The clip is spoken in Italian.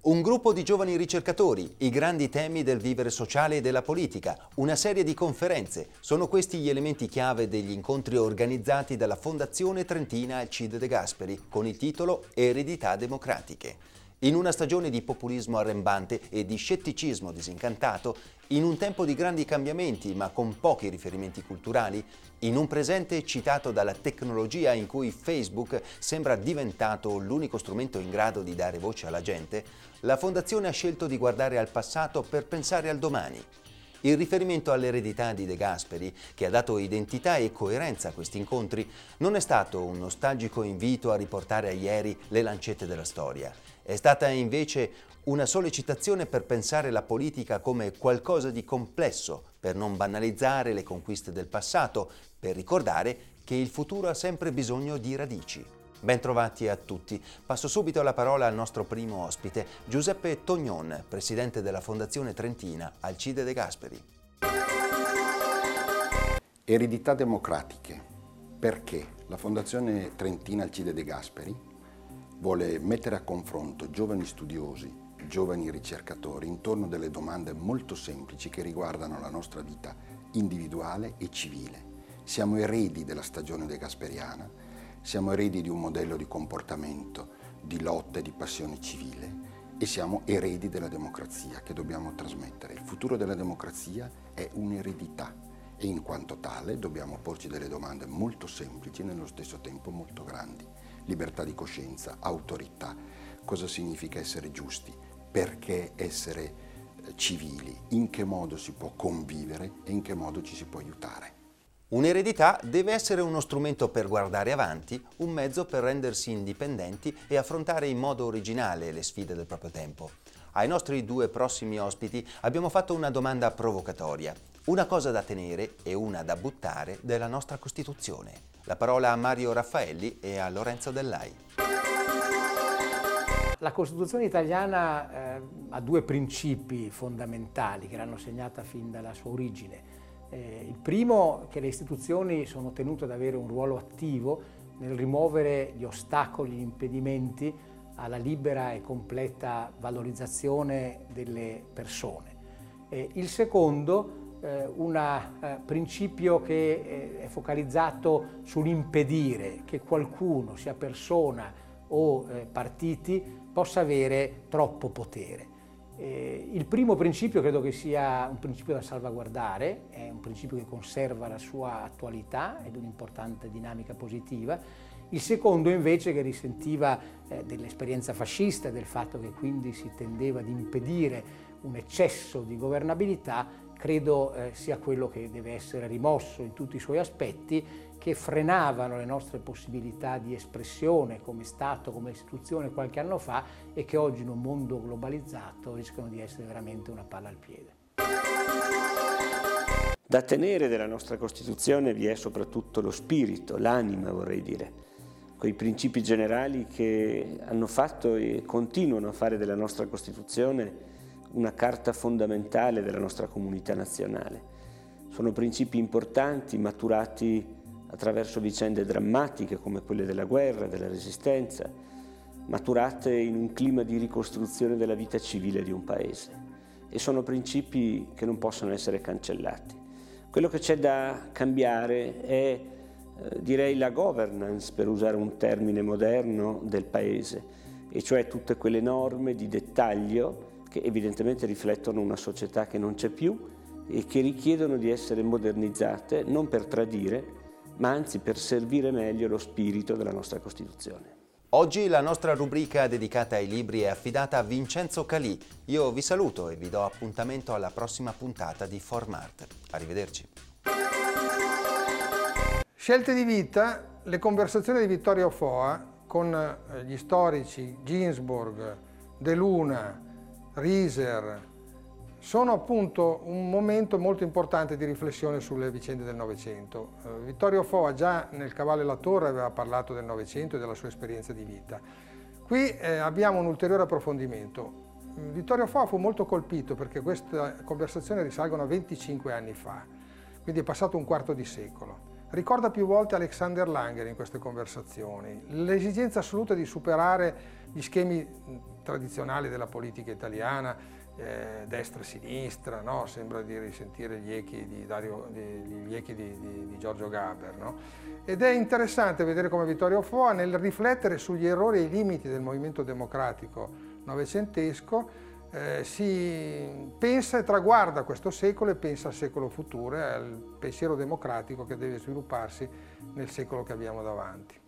Un gruppo di giovani ricercatori, i grandi temi del vivere sociale e della politica, una serie di conferenze. Sono questi gli elementi chiave degli incontri organizzati dalla Fondazione Trentina Alcide De Gasperi con il titolo Eredità democratiche. In una stagione di populismo arrembante e di scetticismo disincantato, in un tempo di grandi cambiamenti ma con pochi riferimenti culturali, in un presente eccitato dalla tecnologia in cui Facebook sembra diventato l'unico strumento in grado di dare voce alla gente, la Fondazione ha scelto di guardare al passato per pensare al domani. Il riferimento all'eredità di De Gasperi, che ha dato identità e coerenza a questi incontri, non è stato un nostalgico invito a riportare a ieri le lancette della storia. È stata invece una sollecitazione per pensare la politica come qualcosa di complesso, per non banalizzare le conquiste del passato, per ricordare che il futuro ha sempre bisogno di radici. Bentrovati a tutti. Passo subito la parola al nostro primo ospite, Giuseppe Tognon, presidente della Fondazione Trentina Alcide De Gasperi. Eredità democratiche. Perché la Fondazione Trentina Alcide De Gasperi vuole mettere a confronto giovani studiosi, giovani ricercatori intorno a delle domande molto semplici che riguardano la nostra vita individuale e civile. Siamo eredi della stagione degasperiana, siamo eredi di un modello di comportamento, di lotta e di passione civile e siamo eredi della democrazia che dobbiamo trasmettere. Il futuro della democrazia è un'eredità e in quanto tale dobbiamo porci delle domande molto semplici e nello stesso tempo molto grandi. Libertà di coscienza, autorità, cosa significa essere giusti, perché essere civili, in che modo si può convivere e in che modo ci si può aiutare. Un'eredità deve essere uno strumento per guardare avanti, un mezzo per rendersi indipendenti e affrontare in modo originale le sfide del proprio tempo. Ai nostri due prossimi ospiti abbiamo fatto una domanda provocatoria, una cosa da tenere e una da buttare della nostra Costituzione. La parola a Mario Raffaelli e a Lorenzo Dellai. La Costituzione italiana ha due principi fondamentali che l'hanno segnata fin dalla sua origine. Il primo, che le istituzioni sono tenute ad avere un ruolo attivo nel rimuovere gli ostacoli, gli impedimenti alla libera e completa valorizzazione delle persone. Il secondo, un principio che è focalizzato sull'impedire che qualcuno, sia persona o partiti, possa avere troppo potere. Il primo principio credo che sia un principio da salvaguardare, è un principio che conserva la sua attualità ed un'importante dinamica positiva. Il secondo invece, che risentiva dell'esperienza fascista e del fatto che quindi si tendeva ad impedire un eccesso di governabilità, credo sia quello che deve essere rimosso in tutti i suoi aspetti, che frenavano le nostre possibilità di espressione come Stato, come istituzione qualche anno fa e che oggi in un mondo globalizzato rischiano di essere veramente una palla al piede. Da tenere della nostra Costituzione vi è soprattutto lo spirito, l'anima vorrei dire, quei principi generali che hanno fatto e continuano a fare della nostra Costituzione una carta fondamentale della nostra comunità nazionale. Sono principi importanti, maturati attraverso vicende drammatiche come quelle della guerra, della resistenza, maturate in un clima di ricostruzione della vita civile di un paese. E sono principi che non possono essere cancellati. Quello che c'è da cambiare è, direi, la governance, per usare un termine moderno, del paese, e cioè tutte quelle norme di dettaglio che evidentemente riflettono una società che non c'è più e che richiedono di essere modernizzate non per tradire, ma anzi per servire meglio lo spirito della nostra Costituzione. Oggi la nostra rubrica dedicata ai libri è affidata a Vincenzo Calì. Io vi saluto e vi do appuntamento alla prossima puntata di Formart. Arrivederci. Scelte di vita, le conversazioni di Vittorio Foa con gli storici Ginsburg, De Luna, Rieser, sono appunto un momento molto importante di riflessione sulle vicende del Novecento. Vittorio Foa già nel Cavallo e la Torre aveva parlato del Novecento e della sua esperienza di vita. Qui abbiamo un ulteriore approfondimento. Vittorio Foa fu molto colpito perché questa conversazione risalgono a 25 anni fa, quindi è passato un quarto di secolo. Ricorda più volte Alexander Langer in queste conversazioni, l'esigenza assoluta di superare gli schemi tradizionali della politica italiana, destra e sinistra, no? Sembra di risentire gli echi di Giorgio Gaber, no? Ed è interessante vedere come Vittorio Foa, nel riflettere sugli errori e i limiti del movimento democratico novecentesco, si pensa e traguarda questo secolo e pensa al secolo futuro e al pensiero democratico che deve svilupparsi nel secolo che abbiamo davanti.